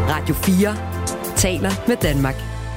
Radio 4 taler med Danmark.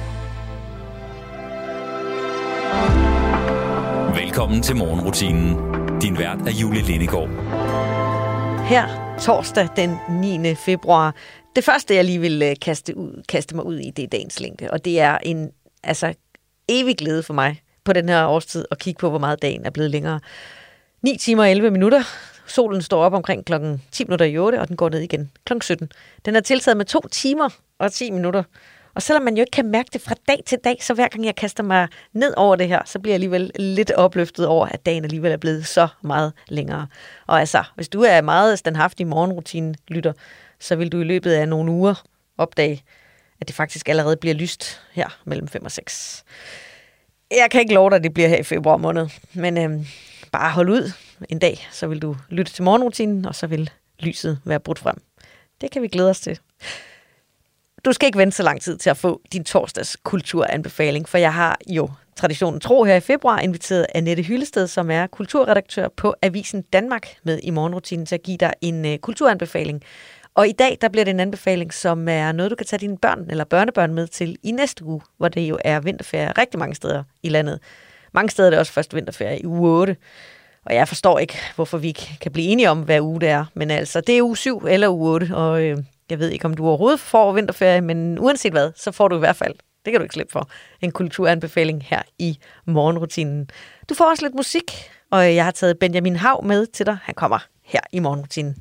Velkommen til morgenrutinen. Din vært er Julie Lindegaard. Her torsdag den 9. februar. Det første, jeg lige vil kaste mig ud i, det er dagens længde. Og det er en evig glæde for mig på den her årstid at kigge på, hvor meget dagen er blevet længere. 9 timer og 11 minutter. Solen står op omkring klokken 10 minutter i 8, og den går ned igen klokken 17. Den er tiltaget med 2 timer og 10 minutter. Og selvom man jo ikke kan mærke det fra dag til dag, så hver gang jeg kaster mig ned over det her, så bliver jeg alligevel lidt opløftet over, at dagen alligevel er blevet så meget længere. Og hvis du er meget standhaftig morgenrutinen-lytter, så vil du i løbet af nogle uger opdage, at det faktisk allerede bliver lyst her mellem 5 og 6. Jeg kan ikke love dig, at det bliver her i februar måned, men bare hold ud en dag, så vil du lytte til morgenrutinen, og så vil lyset være brudt frem. Det kan vi glæde os til. Du skal ikke vente så lang tid til at få din torsdags kulturanbefaling, for jeg har jo traditionen tro her i februar inviteret Annette Hyllested, som er kulturredaktør på Avisen Danmark, med i morgenrutinen til at give dig en kulturanbefaling. Og i dag, der bliver det en anbefaling, som er noget, du kan tage dine børn eller børnebørn med til i næste uge, hvor det jo er vinterferie rigtig mange steder i landet. Mange steder er det også først vinterferie i uge 8. Og jeg forstår ikke, hvorfor vi ikke kan blive enige om, hvad uge det er. Men altså, det er uge 7 eller uge 8, og jeg ved ikke, om du overhovedet får vinterferie, men uanset hvad, så får du i hvert fald, det kan du ikke slippe for, en kulturanbefaling her i morgenrutinen. Du får også lidt musik, og jeg har taget Benjamin Hav med til dig. Han kommer her i morgenrutinen.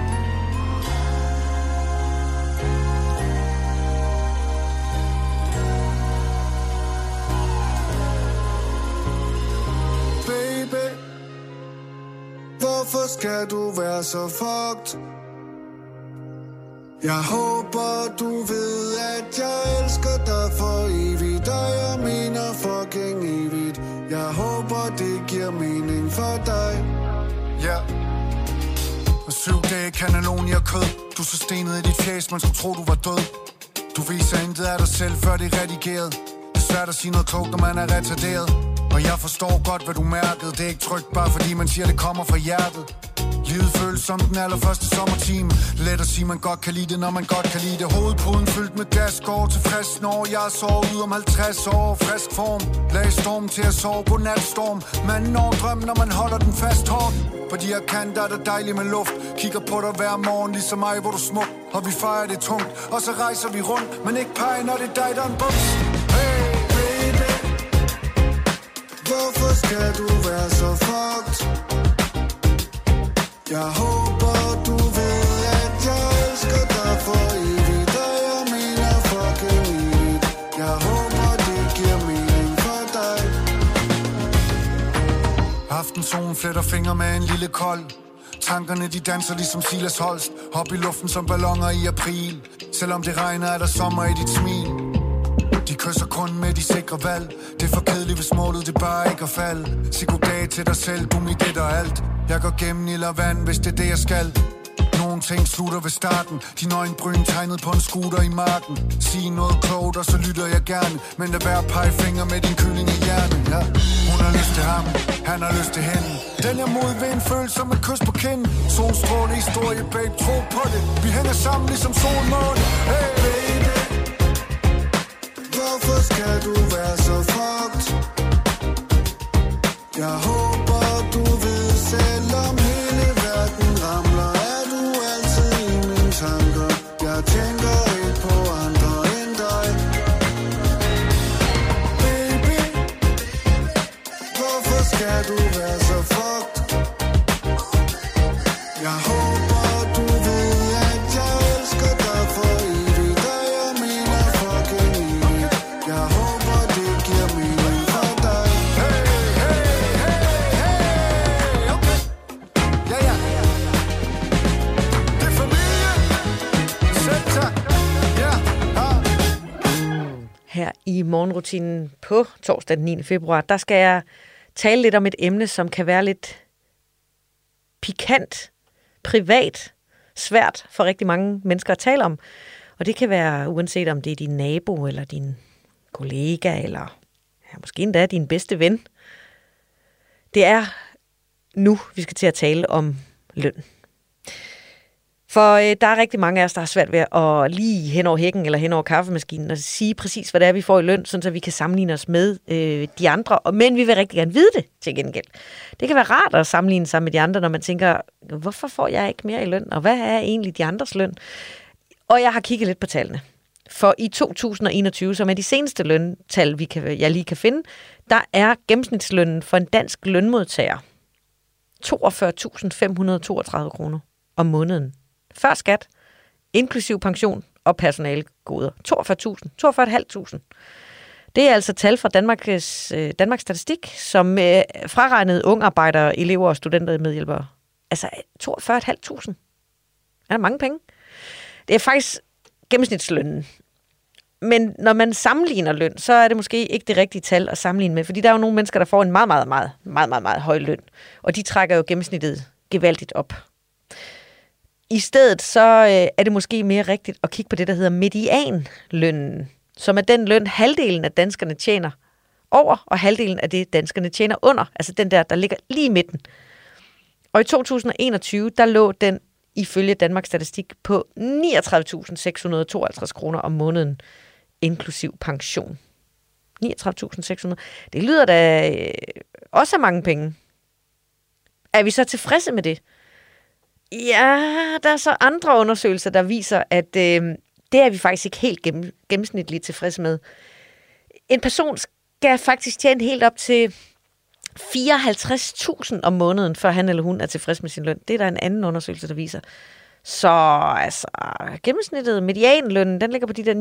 Hvorfor skal du være så fucked? Jeg håber du ved, at jeg elsker dig for evigt, og jeg mener fucking evigt. Jeg håber det giver mening for dig. Ja. Og 7 dage Cannelloni og kød. Du så stenet i dit fjes, man skulle tro du var død. Du viser intet af dig selv, før det er redigeret. Det er svært at sige noget klogt, når man er retarderet. Og jeg forstår godt, hvad du mærkede. Det er ikke trygt, bare fordi man siger, det kommer fra hjertet. Livet føles som den allerførste sommertime. Let at sige, man godt kan lide det, når man godt kan lide det. Hovedpuden fyldt med gas, går til frisk når jeg sover ud om 50 år. Frisk form, lag storm til at sove på natstorm. Man når drømmen, når man holder den fast hårdt. På de her kanter er der dejligt med luft. Kigger på dig hver morgen, ligesom mig, hvor du smuk. Og vi fejrer det tungt, og så rejser vi rundt. Men ikke pege, når det er dig, der er en bums. Hey baby, hvorfor skal du være så fucked? Jeg håber du ved, at jeg elsker dig for evigt, og jeg mener fucking evigt. Jeg håber det giver mening for dig. Aftensolen fletter fingre med en lille kold. Tankerne de danser ligesom Silas Holst. Hop i luften som balloner i april. Selvom det regner er der sommer i dit smil. De kysser kun med de sikre valg. Det er for kedeligt, hvis målet det bare ikke er fald. Sig goddag til dig selv, du mit det og alt. Jeg går gennem ild og vand, hvis det er det jeg skal. Nogle ting slutter ved starten. Din øjenbryn tegnet på en scooter i marken. Sig noget klogt, og så lytter jeg gerne. Men lad være pegefinger med din kylling i hjernen, ja. Hun har lyst til ham, han har lyst til hende. Den her modvind føles som et kys på kinden. Solstråle historie, babe, tro på det. Vi hænger sammen ligesom solmåne. Hey baby, hvorfor skal du være så fucked? Jeg håber du ved, selvom hele verden ramler, er du altid i mine tanker. Jeg tænker ikke på andre end dig. Baby, hvorfor skal du være så fucked? Jeg håber du ved, at jeg elsker dig for evigt, og jeg mener fucking evigt. Jeg håber det giver mening for dig. Hey, hey, hey, hey, okay. Ja, ja. Det er familie. Selv tak. Ja, ja. Her i morgenrutinen på torsdag den 9. februar, der skal jeg tale lidt om et emne, som kan være lidt pikant, privat, svært for rigtig mange mennesker at tale om. Og det kan være uanset om det er din nabo, eller din kollega, eller måske endda din bedste ven. Det er nu, vi skal til at tale om løn. For der er rigtig mange af os, der har svært ved at lige hen over hækken eller hen over kaffemaskinen og sige præcis, hvad det er, vi får i løn, sådan så vi kan sammenligne os med de andre. Men vi vil rigtig gerne vide det til gengæld. Det kan være rart at sammenligne sig med de andre, når man tænker, hvorfor får jeg ikke mere i løn? Og hvad er egentlig de andres løn? Og jeg har kigget lidt på tallene. For i 2021, som er de seneste løntal, jeg lige kan finde, der er gennemsnitslønnen for en dansk lønmodtager 42.532 kroner om måneden. Før skat, inklusiv pension og personalegoder. 42.500. Det er altså tal fra Danmarks Statistik, som fraregnede ungarbejdere, elever og studenter medhjælpere. Altså 42.500. Er der mange penge? Det er faktisk gennemsnitslønnen. Men når man sammenligner løn, så er det måske ikke det rigtige tal at sammenligne med, fordi der er jo nogle mennesker, der får en meget høj løn, og de trækker jo gennemsnittet gevaldigt op. I stedet så er det måske mere rigtigt at kigge på det, der hedder medianlønnen, som er den løn, halvdelen af danskerne tjener over, og halvdelen af det, danskerne tjener under. Altså den der ligger lige i midten. Og i 2021, der lå den ifølge Danmarks Statistik på 39.652 kroner om måneden, inklusiv pension. 39.600. Det lyder da også af mange penge. Er vi så tilfredse med det? Ja, der er så andre undersøgelser, der viser, at det er vi faktisk ikke helt gennemsnitligt tilfredse med. En person skal faktisk tjene helt op til 54.000 om måneden, før han eller hun er tilfreds med sin løn. Det er der en anden undersøgelse, der viser. Så altså, gennemsnittet, medianlønnen, den ligger på de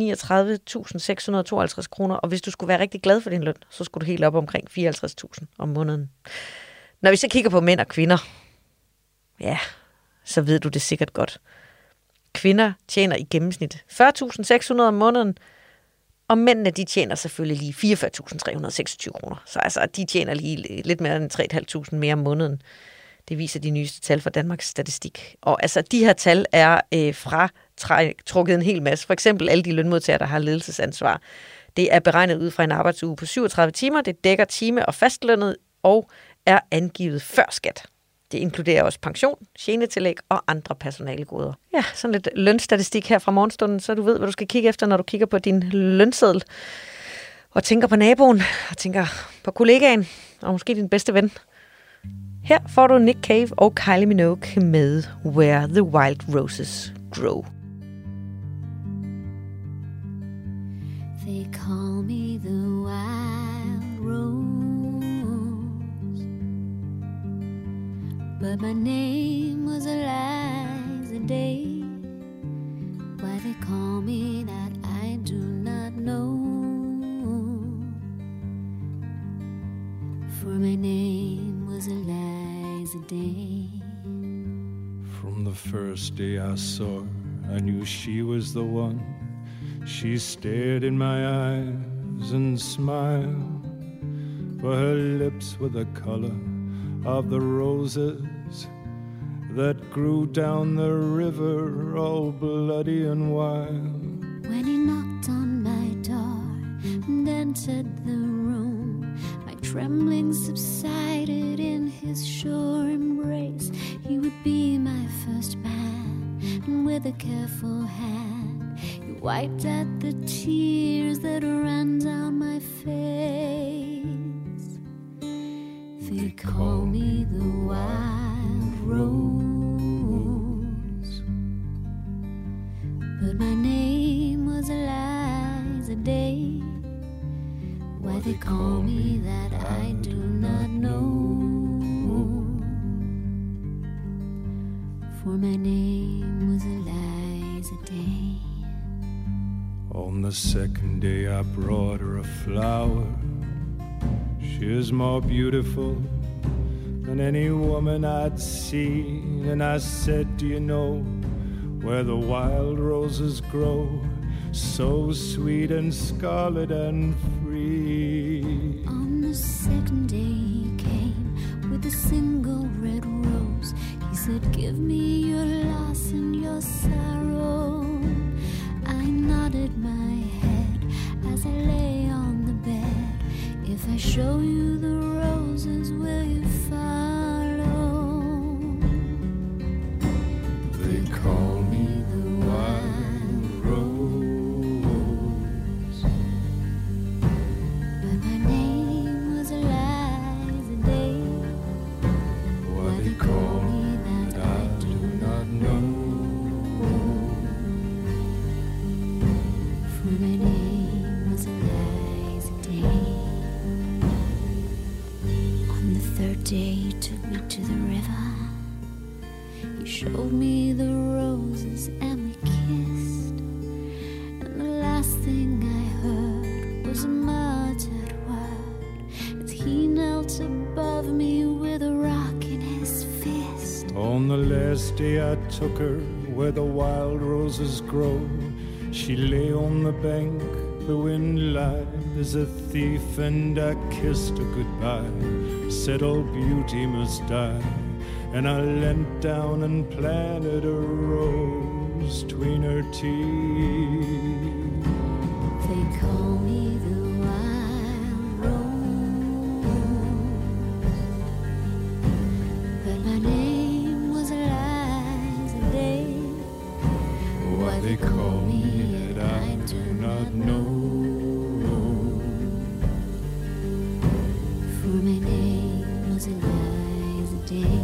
der 39.652 kroner, og hvis du skulle være rigtig glad for din løn, så skulle du helt op omkring 54.000 om måneden. Når vi så kigger på mænd og kvinder, ja, så ved du det sikkert godt. Kvinder tjener i gennemsnit 40.600 om måneden, og mændene, de tjener selvfølgelig lige 44.326 kroner. Så altså, de tjener lige lidt mere end 3.500 mere om måneden. Det viser de nyeste tal fra Danmarks Statistik. Og altså, de her tal er trukket en hel masse. For eksempel alle de lønmodtagere, der har ledelsesansvar. Det er beregnet ud fra en arbejdsuge på 37 timer. Det dækker time- og fastlønnet og er angivet før skat. Det inkluderer også pension, genetillæg og andre personalegoder. Ja, sådan lidt lønstatistik her fra morgenstunden, så du ved, hvad du skal kigge efter, når du kigger på din lønseddel. Og tænker på naboen, og tænker på kollegaen, og måske din bedste ven. Her får du Nick Cave og Kylie Minogue med Where the Wild Roses Grow. They call me the wild rose, but my name was Eliza Day. Why they call me that I do not know, for my name was Eliza Day. From the first day I saw her, I knew she was the one. She stared in my eyes and smiled, for her lips were the color of the roses that grew down the river, all bloody and wild. When he knocked on my door and entered the room, my trembling subsided in his sure embrace. He would be my first man, and with a careful hand he wiped at the tears that ran down my face. They call me the wild rose, but my name was Eliza Day. Why they call me that I do not know, for my name was Eliza Day. On the second day I brought her a flower. She is more beautiful than any woman I'd seen. And I said, do you know where the wild roses grow, so sweet and scarlet and free? On the second day he came with a single red rose. He said, give me your loss and your sorrow. I nodded my head as I lay on the bed. If I show you the roses, will you follow? They call day he took me to the river. He showed me the roses and we kissed. And the last thing I heard was a muttered word as he knelt above me with a rock in his fist. On the last day I took her where the wild roses grow, she lay on the bank, the wind lied as a thief, and I kissed her goodbye, said all beauty must die. And I leant down and planted a rose between her teeth. They call me the wild rose, but my name was Eliza Day. Why they call me it I do not know, for my name was Eliza Day.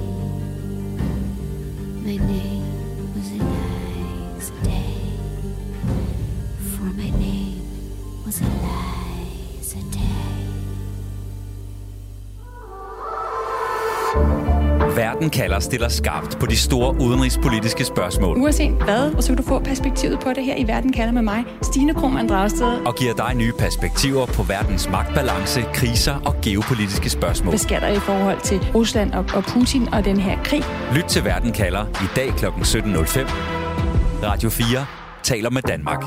My name was Eliza Day, for my name was Eliza Day. Verden kalder stiller skarpt på de store udenrigspolitiske spørgsmål. Uanset hvad, så kan du få perspektivet på det her i Verden kalder med mig, Stine Krohmann Dragsted. Og giver dig nye perspektiver på verdens magtbalance, kriser og geopolitiske spørgsmål. Hvad sker der i forhold til Rusland og Putin og den her krig? Lyt til Verden kalder i dag kl. 17.05. Radio 4 taler med Danmark.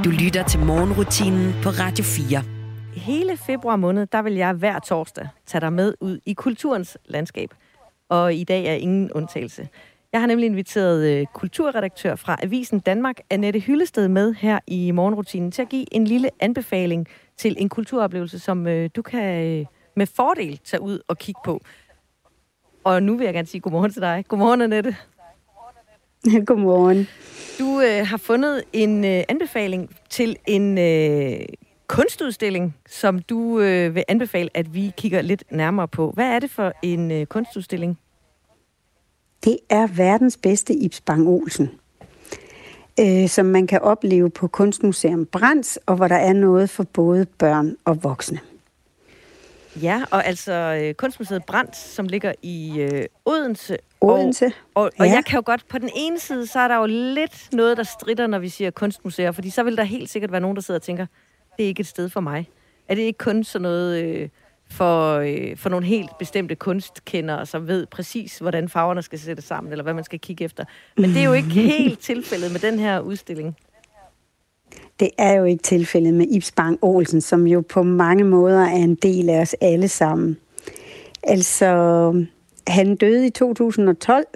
Du lytter til morgenrutinen på Radio 4. Hele februar måned, der vil jeg hver torsdag tage dig med ud i kulturens landskab. Og i dag er ingen undtagelse. Jeg har nemlig inviteret kulturredaktør fra Avisen Danmark, Annette Hyllested, med her i morgenrutinen til at give en lille anbefaling til en kulturoplevelse, som du kan med fordel tage ud og kigge på. Og nu vil jeg gerne sige godmorgen til dig. Godmorgen, Annette. Godmorgen. Du har fundet en anbefaling til en kunstudstilling, som du vil anbefale, at vi kigger lidt nærmere på. Hvad er det for en kunstudstilling? Det er verdens bedste Ib Spang Olsen, som man kan opleve på Kunstmuseum Brands, og hvor der er noget for både børn og voksne. Ja, og altså Kunstmuseet Brands, som ligger i Odense. Og ja. Jeg kan jo godt, på den ene side, så er der jo lidt noget, der stritter, når vi siger kunstmuseer, fordi så vil der helt sikkert være nogen, der sidder og tænker, det er ikke et sted for mig. Er det ikke kun sådan noget for nogle helt bestemte kunstkendere, som ved præcis, hvordan farverne skal sættes sammen, eller hvad man skal kigge efter? Men det er jo ikke helt tilfældet med den her udstilling. Det er jo ikke tilfældet med Ib Spang Olsen, som jo på mange måder er en del af os alle sammen. Altså, han døde i 2012,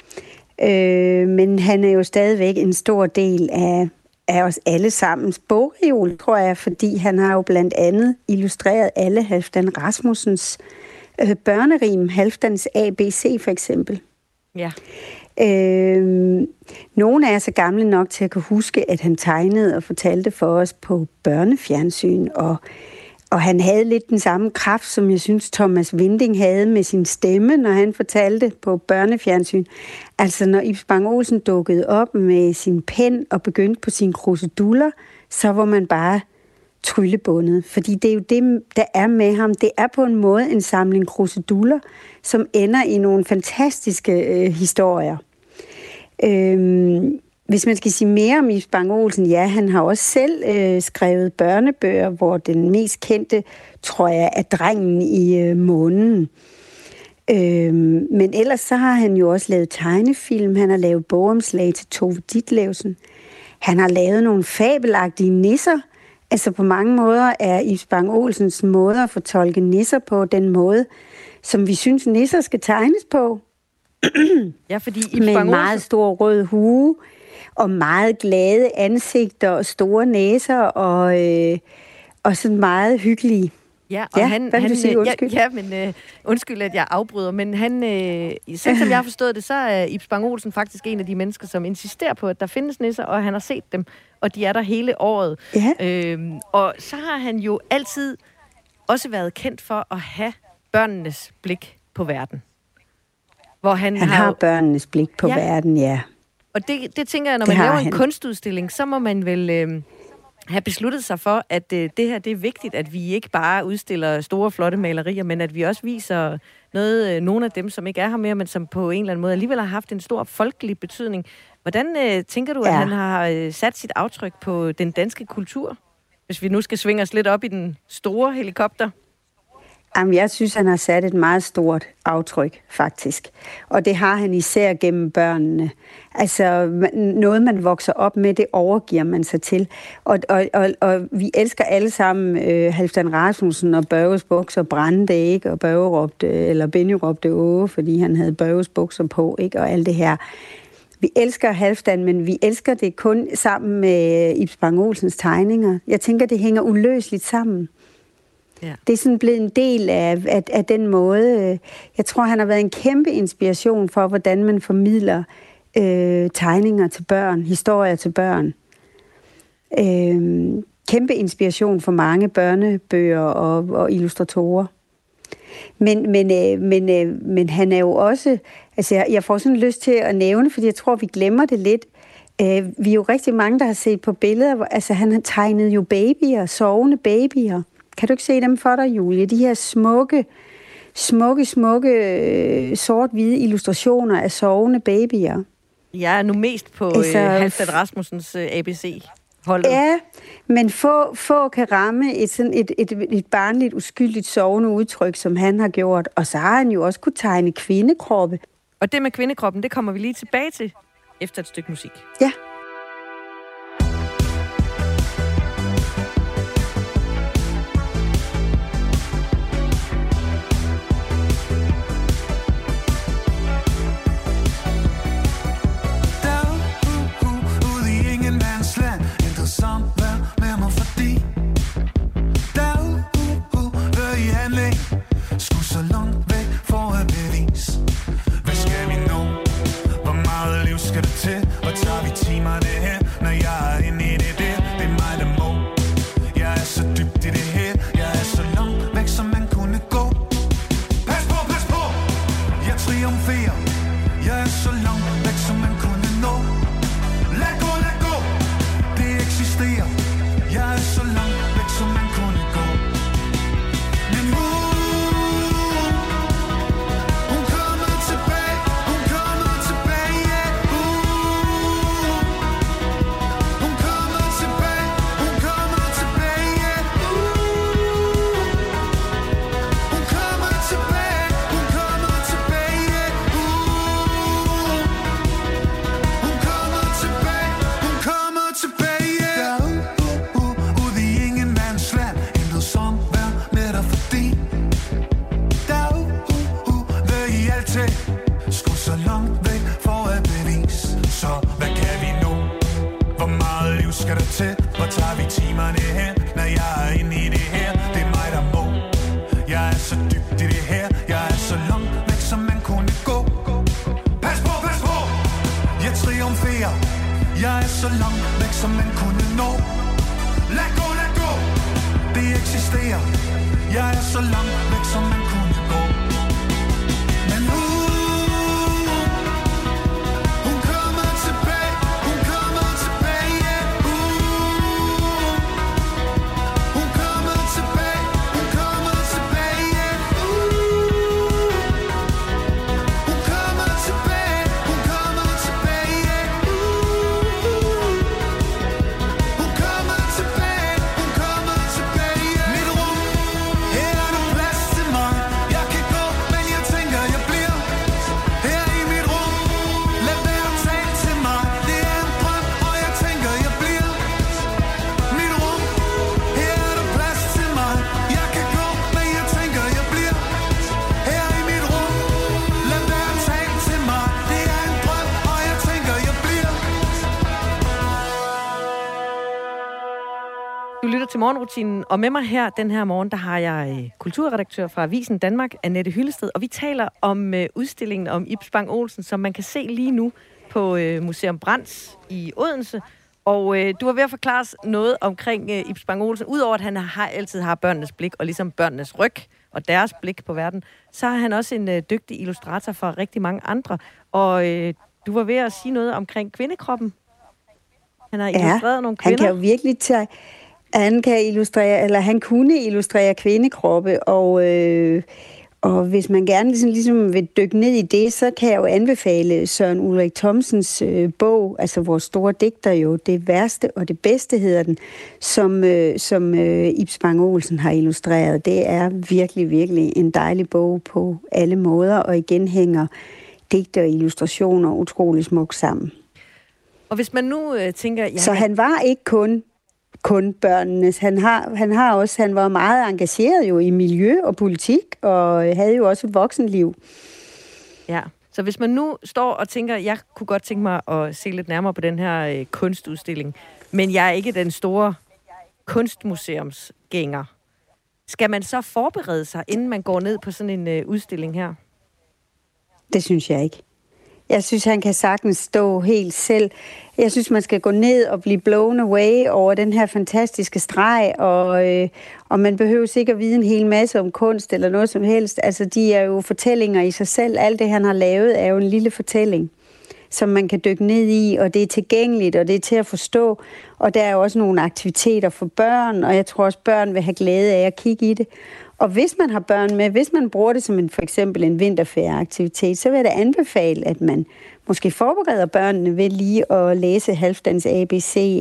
men han er jo stadigvæk en stor del af os alle sammens bogreol, tror jeg, fordi han har jo blandt andet illustreret alle Halfdan Rasmussens børnerim, Halfdans ABC for eksempel. Ja. Nogle er så gamle nok til at kunne huske, at han tegnede og fortalte for os på børnefjernsyn, og han havde lidt den samme kraft, som jeg synes Thomas Winding havde med sin stemme, når han fortalte på børnefjernsyn. Altså når Ib Spang Olsen dukkede op med sin pen og begyndte på sine kruseduller, så var man bare tryllebundet. Fordi det er jo det, der er med ham. Det er på en måde en samling kruseduller, som ender i nogle fantastiske historier. Hvis man skal sige mere om Ib Spang Olsen, ja, han har også selv skrevet børnebøger, hvor den mest kendte, tror jeg, er Drengen i månen. Men ellers så har han jo også lavet tegnefilm, han har lavet bogomslag til Tove Ditlevsen. Han har lavet nogle fabelagtige nisser. Altså på mange måder er Ib Spang Olsens måde at fortolke nisser på den måde, som vi synes nisser skal tegnes på. Ja, fordi Ib Spang Olsen med en meget stor rød hue, og meget glade ansigter og store næser og sådan meget hyggelige. Ja, og ja, hvad vil du sige? Undskyld. Ja, men undskyld, at jeg afbryder, men han, selv som jeg har forstået det, så er Ib Spang Olsen faktisk en af de mennesker, som insisterer på, at der findes nisser, og han har set dem, og de er der hele året. Ja. Og så har han jo altid også været kendt for at have børnenes blik på verden. Hvor han har børnenes blik på verden, ja. Og det tænker jeg, når man laver en kunstudstilling, så må man vel have besluttet sig for, at det her det er vigtigt, at vi ikke bare udstiller store, flotte malerier, men at vi også viser nogle af dem, som ikke er her mere, men som på en eller anden måde alligevel har haft en stor folkelig betydning. Hvordan tænker du, at han har sat sit aftryk på den danske kultur? Hvis vi nu skal svinge os lidt op i den store helikopter. Jamen, jeg synes, han har sat et meget stort aftryk, faktisk. Og det har han især gennem børnene. Altså, noget man vokser op med, det overgiver man sig til. Og vi elsker alle sammen Halfdan Rasmussen og Børges bukser brændte, ikke? Og Benny råbte åh, fordi han havde Børges bukser på, ikke? Og alt det her. Vi elsker Halfdan, men vi elsker det kun sammen med Ib Spang Olsens tegninger. Jeg tænker, det hænger uløseligt sammen. Ja. Det er sådan blevet en del af den måde. Jeg tror, han har været en kæmpe inspiration for, hvordan man formidler tegninger til børn, historier til børn. Kæmpe inspiration for mange børnebøger og illustratorer. Men han er jo også... Altså, jeg får sådan lyst til at nævne, fordi jeg tror, vi glemmer det lidt. Vi er jo rigtig mange, der har set på billeder. Altså, han har tegnet jo babyer, sovende babyer. Kan du ikke se dem for dig, Julie? De her smukke, sort-hvide illustrationer af sovende babyer. Jeg er nu mest på Halfdan Rasmussens ABC-holdet. Ja, men få kan ramme et barnligt, uskyldigt sovende udtryk, som han har gjort. Og så har han jo også kunne tegne kvindekroppe. Og det med kvindekroppen, det kommer vi lige tilbage til efter et stykke musik. Ja. væk for at bevise. Hvad skal vi nå? Hvor meget liv skal der til? Hvor tager vi timerne her? Når jeg er inde i det der, det er mig der må. Jeg er så dybt i det her, jeg er så langt væk som man kunne gå. Pas på, pas på! Jeg triumferer. Jeg er så langt væk som man kunne nå. Lad gå, lad gå! Det eksisterer. Jeg er så langt væk som man kunne gå. Men hun kommer tilbage, hun kommer tilbage, yeah. Hun kommer tilbage, hun kommer tilbage, yeah. Hun kommer tilbage, hun kommer tilbage, yeah. Hun kommer tilbage, hun kommer tilbage, yeah. Ude i ingenmandsland, intet som vær med dig fordi der vil I altid skulle så langt væk for at bevise. Så hvad kan vi nå? Hvor meget liv skal der til? Hvor tager vi timerne hen? Når jeg er inde i det her, det er mig der må. Jeg er så dybt i det her, jeg er så langt væk som man kunne gå. Pas på, pas på! Jeg triumferer. Jeg er så langt væk som man kunne nå. Lad gå, lad gå! Det eksisterer. Jeg er så langt væk som man kunne gå. Men hun kommer tilbage, hun kommer tilbage, yeah. Hun kommer tilbage, hun kommer tilbage, yeah. Hun kommer tilbage, hun kommer tilbage, yeah. Hun kommer tilbage, hun kommer tilbage, yeah. Mit rum, her er der plads til mig. Jeg kan gå, men jeg tænker jeg bliver her i mit rum. Lad være at tale til mig. Det er en drøm, og jeg tænker jeg bliver mit rum. Her er der plads til mig. Jeg kan gå, men jeg tænker jeg bliver her i mit rum. Lad være at tale til mig. Det er en drøm, og jeg tænker jeg bliver. Du lytter til morgenrutinen, og med mig her den her morgen, der har jeg kulturredaktør fra Avisen Danmark, Annette Hyllested, og vi taler om udstillingen om Ib Spang Olsen, som man kan se lige nu på Museum Brands i Odense. Og du var ved at forklare os noget omkring Ib Spang Olsen. Udover at han altid har børnenes blik, og ligesom børnenes ryg og deres blik på verden, så er han også en dygtig illustrator for rigtig mange andre. Og du var ved at sige noget omkring kvindekroppen. Han har illustreret nogle kvinder. Han kan jo virkelig tage... Han kunne illustrere kvindekroppe, og hvis man gerne ligesom vil dykke ned i det, så kan jeg jo anbefale Søren Ulrik Thomsens bog, altså vores store digter jo, Det værste og det bedste hedder den, som Ib Spang Olsen har illustreret. Det er virkelig, virkelig en dejlig bog på alle måder, og igen hænger digter og illustrationer utrolig smukt sammen. Og hvis man nu tænker... Jamen, så han var ikke kun børnenes. Han var meget engageret jo i miljø og politik, og havde jo også et voksenliv. Ja, så hvis man nu står og tænker, jeg kunne godt tænke mig at se lidt nærmere på den her kunstudstilling, men jeg er ikke den store kunstmuseumsgænger. Skal man så forberede sig, inden man går ned på sådan en udstilling her? Det synes jeg ikke. Jeg synes, han kan sagtens stå helt selv. Jeg synes, man skal gå ned og blive blown away over den her fantastiske streg, og man behøver ikke at vide en hel masse om kunst eller noget som helst. Altså, de er jo fortællinger i sig selv. Alt det, han har lavet, er jo en lille fortælling, som man kan dykke ned i, og det er tilgængeligt, og det er til at forstå. Og der er jo også nogle aktiviteter for børn, og jeg tror også, børn vil have glæde af at kigge i det. Og hvis man har børn med, hvis man bruger det som for eksempel en vinterferieaktivitet, så vil jeg da anbefale, at man måske forbereder børnene ved lige at læse Halfdans ABC,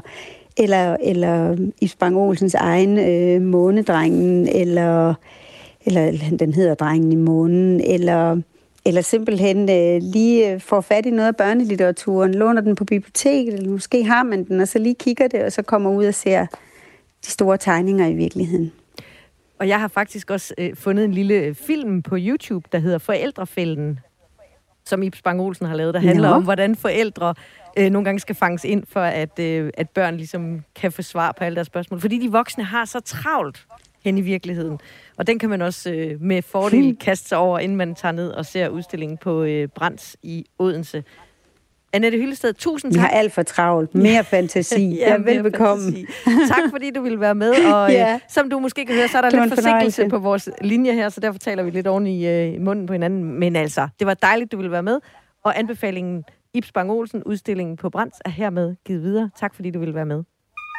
eller Ib Spang Olsens egen Månedrengen, eller den hedder Drengen i månen, eller simpelthen lige får fat i noget af børnelitteraturen, låner den på biblioteket, eller måske har man den, og så lige kigger det, og så kommer ud og ser de store tegninger i virkeligheden. Og jeg har faktisk også fundet en lille film på YouTube, der hedder Forældrefælden, som Ib Spang Olsen har lavet, der handler om, hvordan forældre nogle gange skal fanges ind, for at børn ligesom kan få svar på alle deres spørgsmål. Fordi de voksne har så travlt hen i virkeligheden. Og den kan man også med fordel kaste sig over, inden man tager ned og ser udstillingen på Brands i Odense. Annette Hyllested, tusind tak. Jeg har alt for travlt. Mere fantasi. Ja, velbekomme. Tak, fordi du ville være med. Og som du måske kan høre, så er der lidt forsinkelse på vores linje her, så derfor taler vi lidt oven i munden på hinanden. Men altså, det var dejligt, du ville være med. Og anbefalingen Ibs Bang Olsen, udstillingen på Brands, er hermed givet videre. Tak, fordi du ville være med.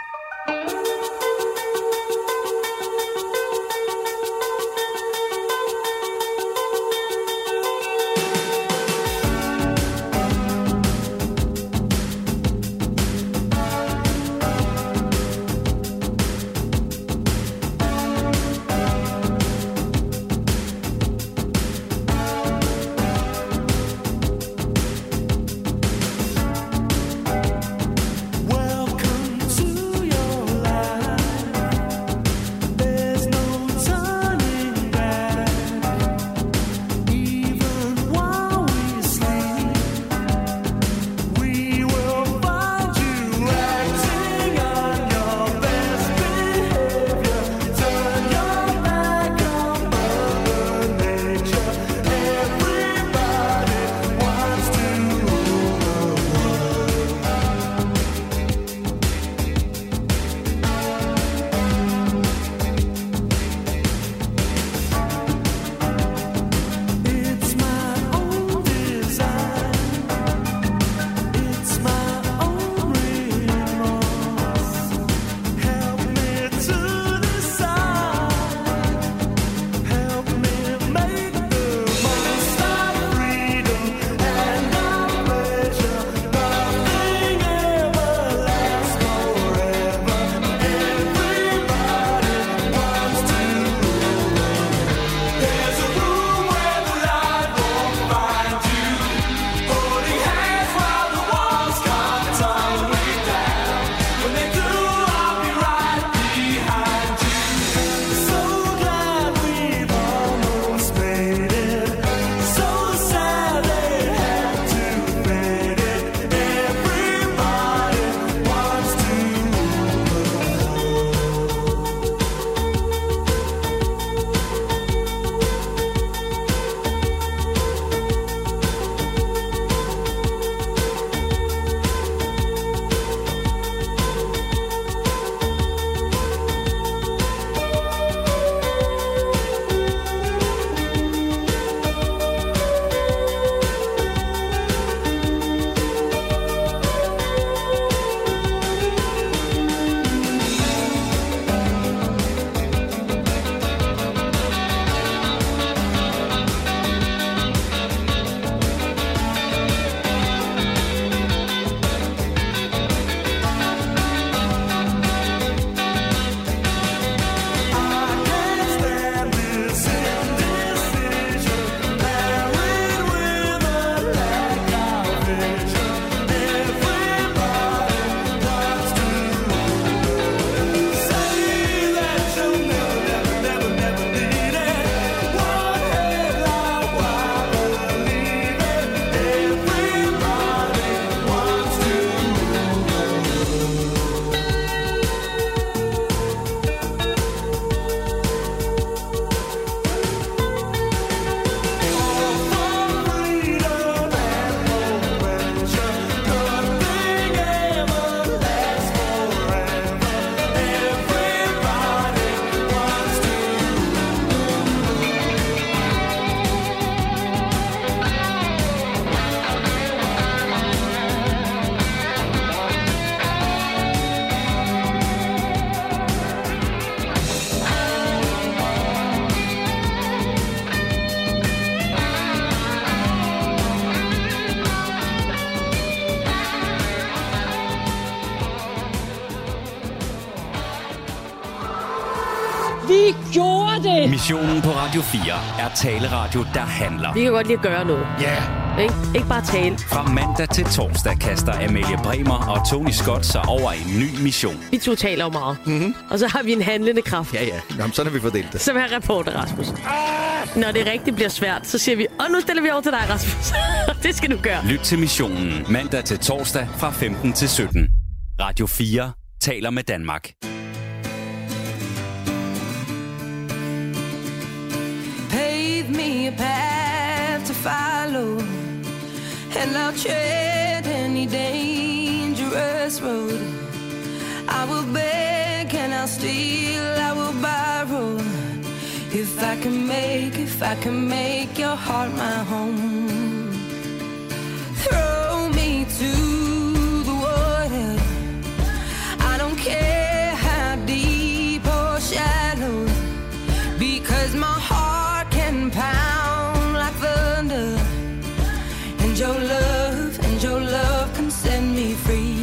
Vi gjorde det! Missionen på Radio 4 er taleradio, der handler. Vi kan godt lide at gøre noget. Ja! Yeah. Ikke bare tale. Fra mandag til torsdag kaster Amalie Bremer og Tony Scott sig over en ny mission. Vi to taler jo meget. Mm-hmm. Og så har vi en handlende kraft. Ja. Jamen, sådan har vi fordelt det. Som er reporter, Rasmus. Når det rigtig bliver svært, så siger vi, og nu stiller vi over til dig, Rasmus. Det skal du gøre. Lyt til missionen mandag til torsdag fra 15 til 17. Radio 4 taler med Danmark. follow, and I'll tread any dangerous road. I will beg and I'll steal, I will borrow. If I can make your heart my home. Throw me to the water, I don't care how deep or shallow, because my heart can pound like thunder, and your love can set me free.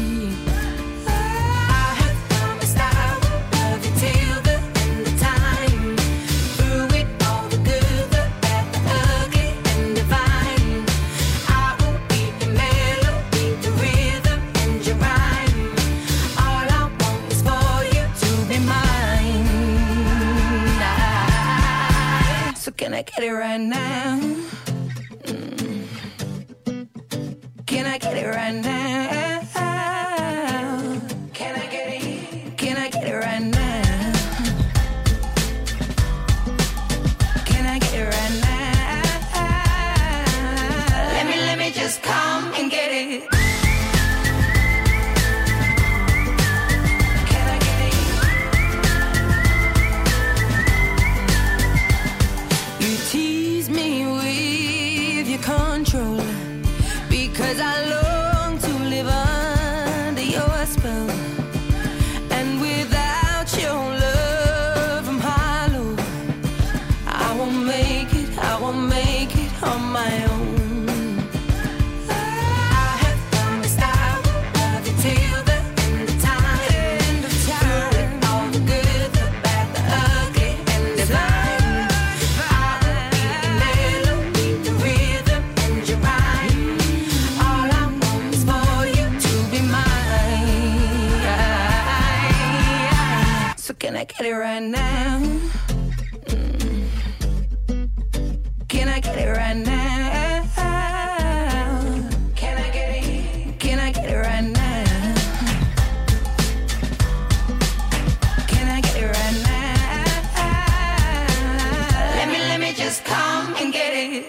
Can I get it right now? Can I get it right now? Can I get it? Can I get it right now? Can I get it right now? Let me just come and get it. Because I long to live under your spell, and without your love I'm hollow. I won't make it on my own. I have promised I will love you till the end of time. Through all the good, the bad, the ugly, and the blind. I will be the melody, the rhythm, and your rhyme. Can I get it right now? Can I get it right now? Can I get it? Can I get it right now? Can I get it right now? Let me just come and get it.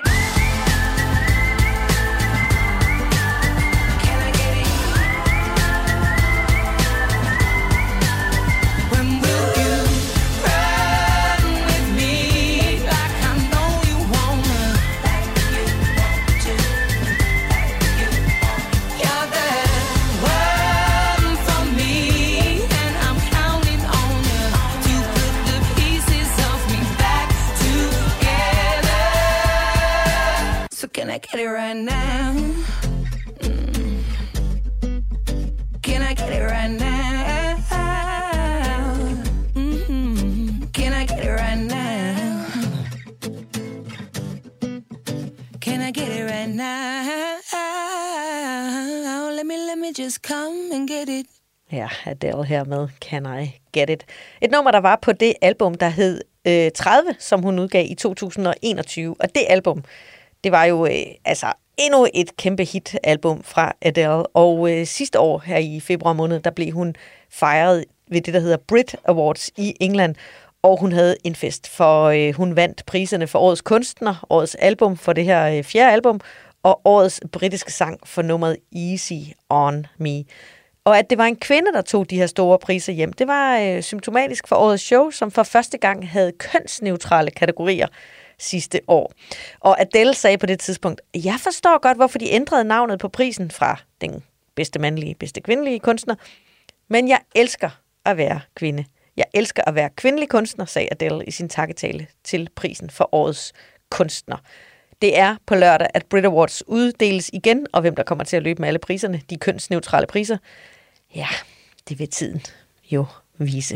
Can I get it right now? Can I get it right now? Can I get it right now? Can I get it right now? Let me just come and get it. Ja, Adele her med Can I Get It. Et nummer, der var på det album, der hed 30, som hun udgav i 2021. Og det album, det var jo endnu et kæmpe hit-album fra Adele. Og sidste år her i februar måned, der blev hun fejret ved det, der hedder Brit Awards i England. Og hun havde en fest, for hun vandt priserne for Årets Kunstner, Årets Album for det her 4. album, og Årets britiske sang for nummeret Easy On Me. Og at det var en kvinde, der tog de her store priser hjem, det var symptomatisk for årets show, som for første gang havde kønsneutrale kategorier sidste år. Og Adele sagde på det tidspunkt, jeg forstår godt, hvorfor de ændrede navnet på prisen fra den bedste mandlige, bedste kvindelige kunstner, men jeg elsker at være kvinde. Jeg elsker at være kvindelig kunstner, sagde Adele i sin takketale til prisen for årets kunstner. Det er på lørdag, at Brit Awards uddeles igen, og hvem der kommer til at løbe med alle priserne, de kønsneutrale priser, ja, det vil tiden jo vise.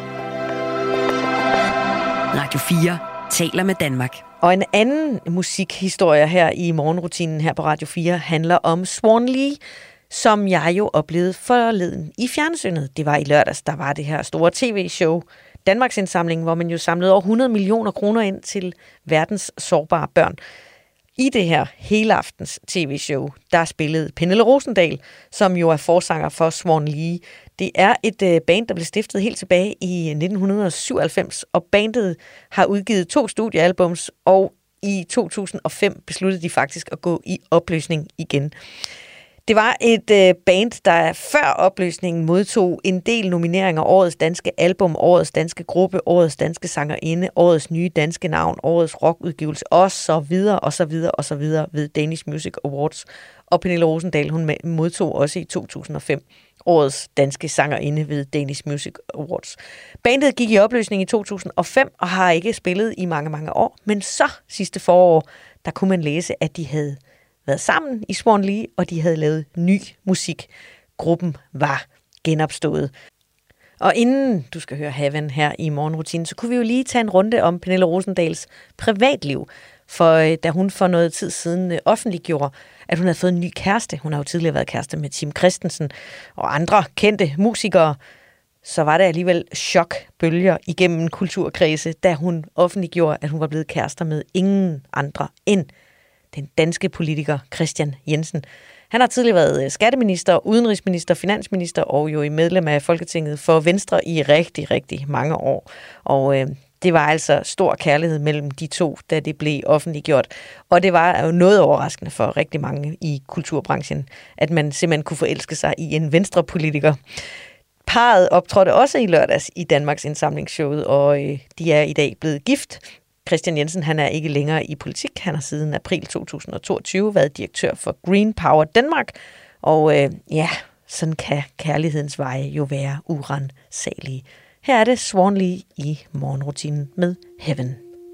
Radio 4 taler med Danmark. Og en anden musikhistorie her i morgenrutinen her på Radio 4 handler om Swan Lee, som jeg jo oplevede forleden i fjernsynet. Det var i lørdags, der var det her store tv-show, Danmarks Indsamling, hvor man jo samlede over 100 millioner kroner ind til verdens sårbare børn. I det her helaftens tv-show, der spillede Pernille Rosendahl, som jo er forsanger for Swan Lee. Det er et band, der blev stiftet helt tilbage i 1997, og bandet har udgivet 2 studiealbums og i 2005 besluttede de faktisk at gå i opløsning igen. Det var et band, der før opløsningen modtog en del nomineringer: Årets danske album, Årets danske gruppe, Årets danske sangerinde, Årets nye danske navn, Årets rockudgivelse og så videre ved Danish Music Awards. Og Pernille Rosendahl, hun modtog også i 2005 Årets danske sangerinde ved Danish Music Awards. Bandet gik i opløsning i 2005 og har ikke spillet i mange, mange år. Men så sidste forår, der kunne man læse, at de havde været sammen i Swan Lee, og de havde lavet ny musik. Gruppen var genopstået. Og inden du skal høre Heaven her i morgenrutinen, så kunne vi jo lige tage en runde om Pernille Rosendahls privatliv. For da hun for noget tid siden offentliggjorde, at hun havde fået en ny kæreste, hun har jo tidligere været kæreste med Tim Christensen og andre kendte musikere, så var der alligevel chokbølger igennem kulturkredse, da hun offentliggjorde, at hun var blevet kærester med ingen andre end den danske politiker Christian Jensen. Han har tidligere været skatteminister, udenrigsminister, finansminister og jo i medlem af Folketinget for Venstre i rigtig, rigtig mange år. Og det var altså stor kærlighed mellem de to, da det blev offentliggjort. Og det var jo noget overraskende for rigtig mange i kulturbranchen, at man simpelthen kunne forelske sig i en venstrepolitiker. Parret optrådte også i lørdags i Danmarks Indsamlingsshowet, og de er i dag blevet gift. Christian Jensen, han er ikke længere i politik. Han har siden april 2022 været direktør for Green Power Danmark. Og sådan kan kærlighedens veje jo være uransagelige. Her er det Swan Lee i morgenrutinen med Heaven.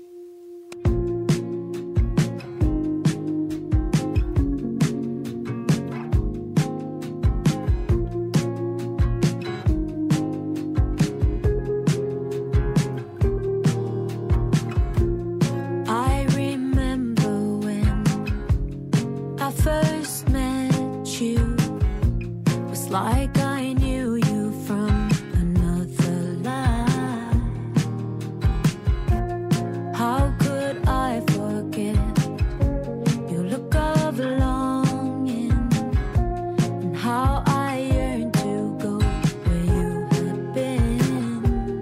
Like I knew you from another life. How could I forget your look of longing and how I yearned to go where you had been?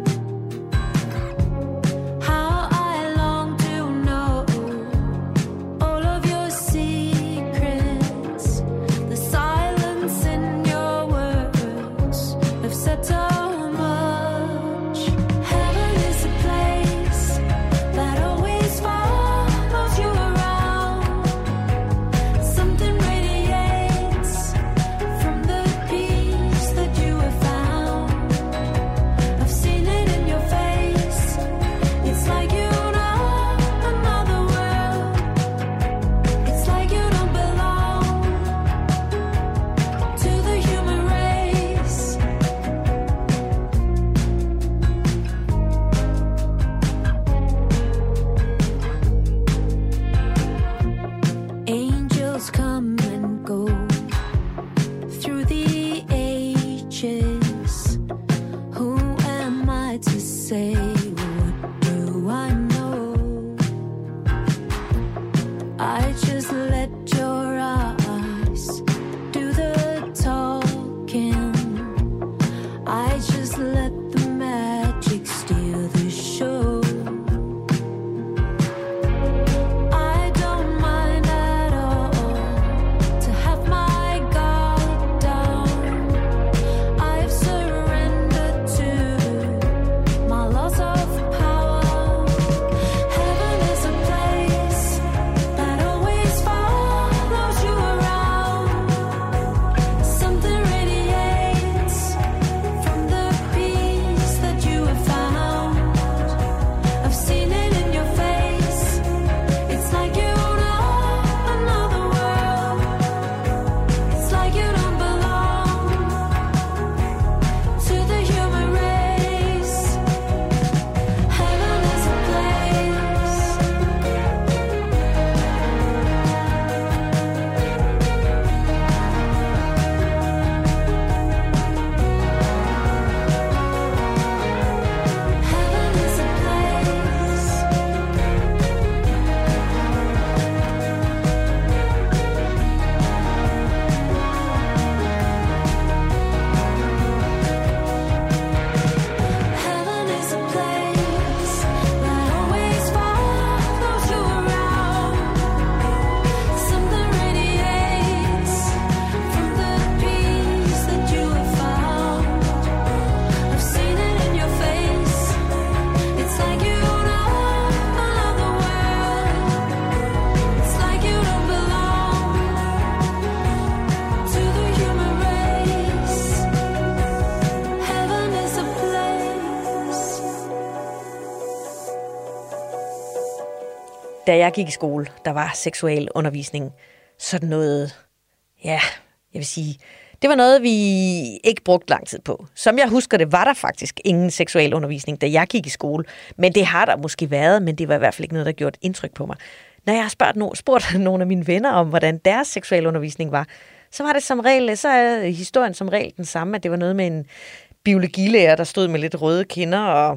How I long to know all of your secrets, the silence in your words have said so much. Heaven is a place that always follows you around. Something radiates from the peace that you have found. I've seen it in your face. It's like you know another world. It's like you don't belong to the human race. Angels come and go through the ages. Who am I to say? What do I know? I just let your eyes do the talking. I just let the magic steal the show. I don't mind at all to have my guard down. I've surrendered to my loss of power. Heaven is a place that always da jeg gik i skole, der var seksualundervisning sådan noget, ja, jeg vil sige, det var noget, vi ikke brugte lang tid på. Som jeg husker det, var der faktisk ingen seksualundervisning, da jeg gik i skole. Men det har der måske været, men det var i hvert fald ikke noget, der gjorde et indtryk på mig. Når jeg har spurgt nogle af mine venner om, hvordan deres seksualundervisning var, så var det som regel, så er historien som regel den samme, at det var noget med en biologilærer, der stod med lidt røde kinder og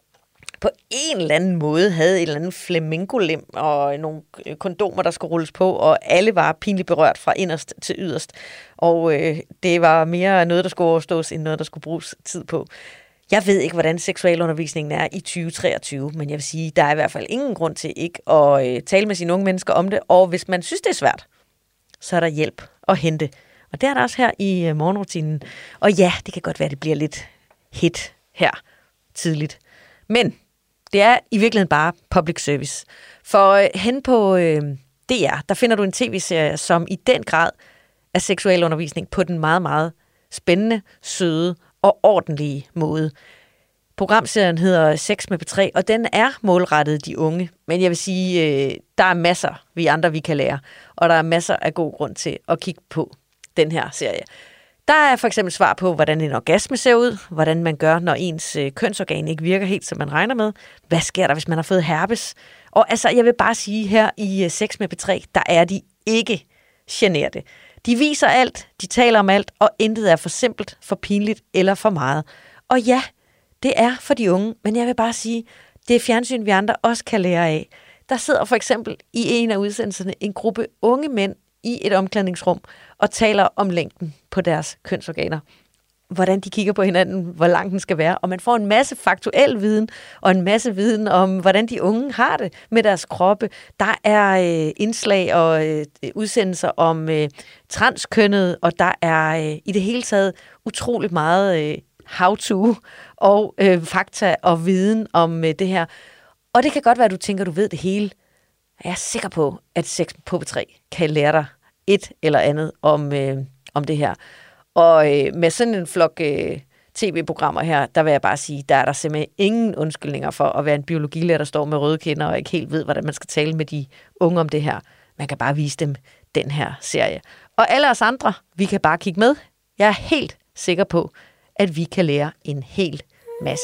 på en eller anden måde havde et eller andet flamencolem og nogle kondomer, der skulle rulles på, og alle var pinligt berørt fra inderst til yderst. Og det var mere noget, der skulle overstås, end noget, der skulle bruges tid på. Jeg ved ikke, hvordan seksualundervisningen er i 2023, men jeg vil sige, der er i hvert fald ingen grund til ikke at tale med sine unge mennesker om det, og hvis man synes, det er svært, så er der hjælp at hente. Og det er der også her i morgenrutinen. Og ja, det kan godt være, det bliver lidt hit her tidligt. Men det er i virkeligheden bare public service. For hen på DR, der finder du en tv-serie, som i den grad er seksualundervisning på den meget, meget spændende, søde og ordentlige måde. Programserien hedder Sex med P3, og den er målrettet de unge. Men jeg vil sige, der er masser, vi andre vi kan lære. Og der er masser af god grund til at kigge på den her serie. Der er for eksempel svar på, hvordan en orgasme ser ud, hvordan man gør, når ens kønsorgan ikke virker helt, som man regner med. Hvad sker der, hvis man har fået herpes? Og altså, jeg vil bare sige, her i Sex med P3, der er de ikke generte. De viser alt, de taler om alt, og intet er for simpelt, for pinligt eller for meget. Og ja, det er for de unge, men jeg vil bare sige, det er fjernsyn, vi andre også kan lære af. Der sidder for eksempel i en af udsendelserne en gruppe unge mænd i et omklædningsrum og taler om længden på deres kønsorganer. Hvordan de kigger på hinanden, hvor lang den skal være. Og man får en masse faktuel viden, og en masse viden om, hvordan de unge har det med deres kroppe. Der er indslag og udsendelser om transkønnet, og der er i det hele taget utroligt meget how-to og fakta og viden om det her. Og det kan godt være, at du tænker, du ved det hele. Jeg er sikker på, at Sex på P3 kan lære dig et eller andet om det her. Og med sådan en flok tv-programmer her, der vil jeg bare sige, der er der simpelthen ingen undskyldninger for at være en biologilærer, der står med røde kinder og ikke helt ved, hvordan man skal tale med de unge om det her. Man kan bare vise dem den her serie. Og alle os andre, vi kan bare kigge med. Jeg er helt sikker på, at vi kan lære en hel masse.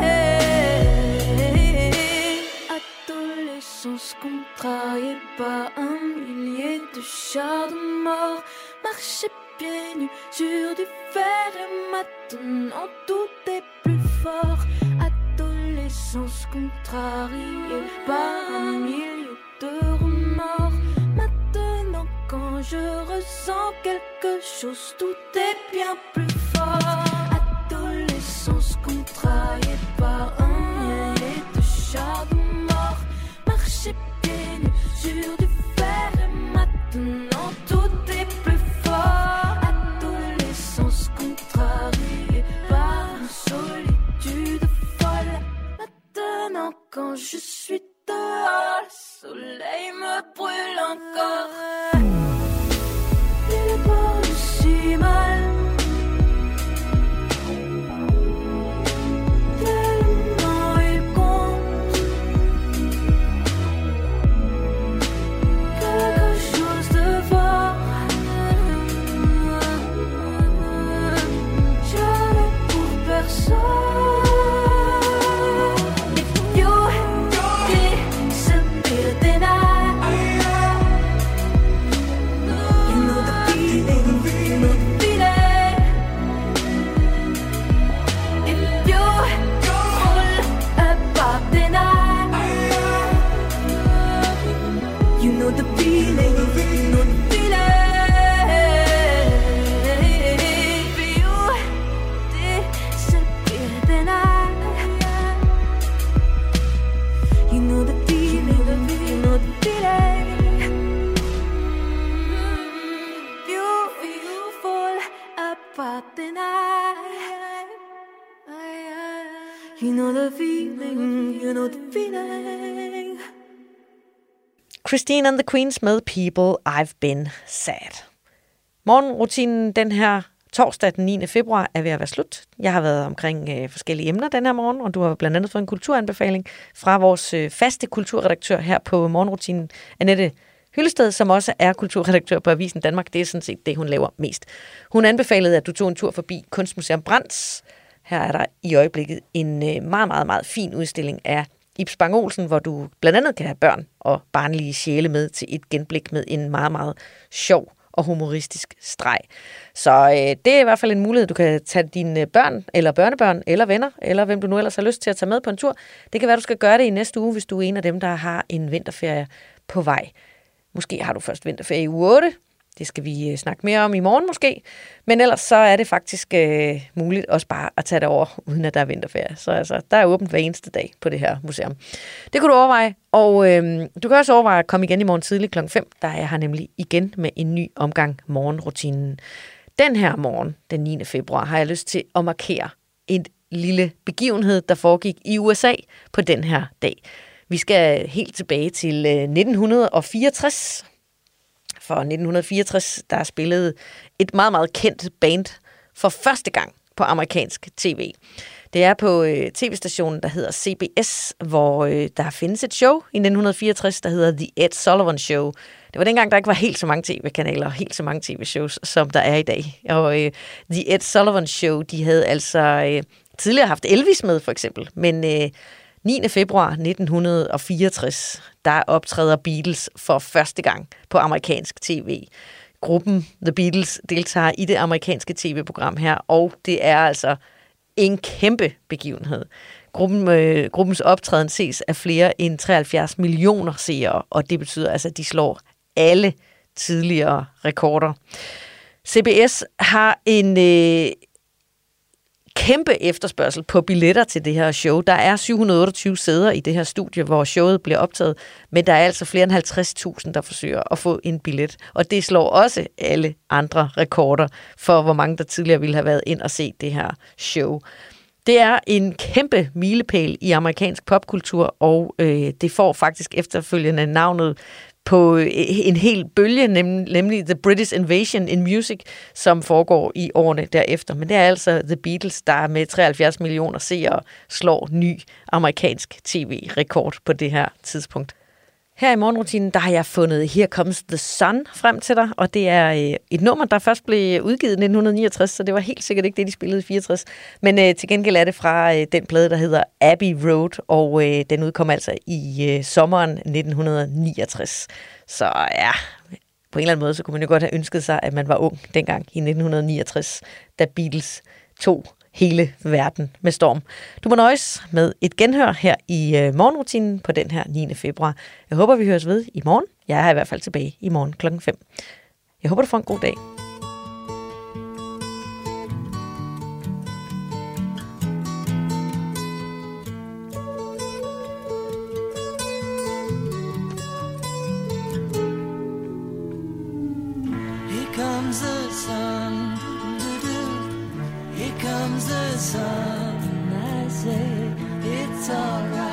Contrarié par pieds nus sur du fer et maintenant tout est plus fort. Adolescence contrariée par un milieu de remords. Maintenant quand je ressens quelque chose, tout est bien plus fort. Adolescence contrariée par un millier de charbon mort. Marcher pieds nus sur du fer et maintenant tout est plus fort. Adolescence contrariée par une solitude folle. Maintenant quand je suis dehors, le soleil me brûle encore. Il parle si mal, tellement il compte quelque chose de fort. Je l'ai pour personne. Christine and the Queens med People I've Been Sad. Morgenrutinen den her torsdag den 9. februar er ved at være slut. Jeg har været omkring forskellige emner den her morgen, og du har blandt andet fået en kulturanbefaling fra vores faste kulturredaktør her på Morgenrutinen, Annette Hyllested, som også er kulturredaktør på Avisen Danmark. Det er sådan set det, hun laver mest. Hun anbefalede, at du tog en tur forbi Kunstmuseum Brands. Her er der i øjeblikket en meget, meget, meget fin udstilling af Ib Spang Olsen, hvor du blandt andet kan have børn og barnlige sjæle med til et genblik med en meget, meget sjov og humoristisk streg. Så det er i hvert fald en mulighed. Du kan tage dine børn, eller børnebørn, eller venner, eller hvem du nu ellers har lyst til at tage med på en tur. Det kan være, du skal gøre det i næste uge, hvis du er en af dem, der har en vinterferie på vej. Måske har du først vinterferie i uge 8. Det skal vi snakke mere om i morgen måske. Men ellers så er det faktisk muligt også bare at tage det over, uden at der er vinterferie. Så altså, der er åbent hver eneste dag på det her museum. Det kunne du overveje. Og du kan også overveje at komme igen i morgen tidlig kl. 5. Der er jeg her nemlig igen med en ny omgang morgenrutinen. Den her morgen, den 9. februar, har jeg lyst til at markere en lille begivenhed, der foregik i USA på den her dag. Vi skal helt tilbage til 1964. For 1964, der spillede et meget, meget kendt band for første gang på amerikansk tv. Det er på tv-stationen, der hedder CBS, hvor der findes et show i 1964, der hedder The Ed Sullivan Show. Det var dengang, der ikke var helt så mange tv-kanaler og helt så mange tv-shows, som der er i dag. Og The Ed Sullivan Show, de havde altså tidligere haft Elvis med, for eksempel. Men 9. februar 1964, der optræder Beatles for første gang på amerikansk tv. Gruppen The Beatles deltager i det amerikanske tv-program her, og det er altså en kæmpe begivenhed. Gruppens optræden ses af flere end 73 millioner seere, og det betyder altså, at de slår alle tidligere rekorder. CBS har en kæmpe efterspørgsel på billetter til det her show. Der er 728 sæder i det her studie, hvor showet bliver optaget, men der er altså flere end 50.000, der forsøger at få en billet. Og det slår også alle andre rekorder for, hvor mange der tidligere ville have været ind og set det her show. Det er en kæmpe milepæl i amerikansk popkultur, og det får faktisk efterfølgende navnet på en hel bølge, nemlig The British Invasion in Music, som foregår i årene derefter. Men det er altså The Beatles, der med 73 millioner seere slår ny amerikansk tv-rekord på det her tidspunkt. Her i morgenrutinen, der har jeg fundet Here Comes the Sun frem til dig, og det er et nummer, der først blev udgivet i 1969, så det var helt sikkert ikke det, de spillede i 64. Men til gengæld er det fra den plade, der hedder Abbey Road, og den udkom altså i sommeren 1969. Så ja, på en eller anden måde, så kunne man jo godt have ønsket sig, at man var ung dengang i 1969, da Beatles tog hele verden med storm. Du må nøjes med et genhør her i morgenrutinen på den her 9. februar. Jeg håber, vi høres ved i morgen. Jeg er i hvert fald tilbage i morgen klokken 5. Jeg håber, du får en god dag. Comes the sun, here comes the sun. I say it's alright.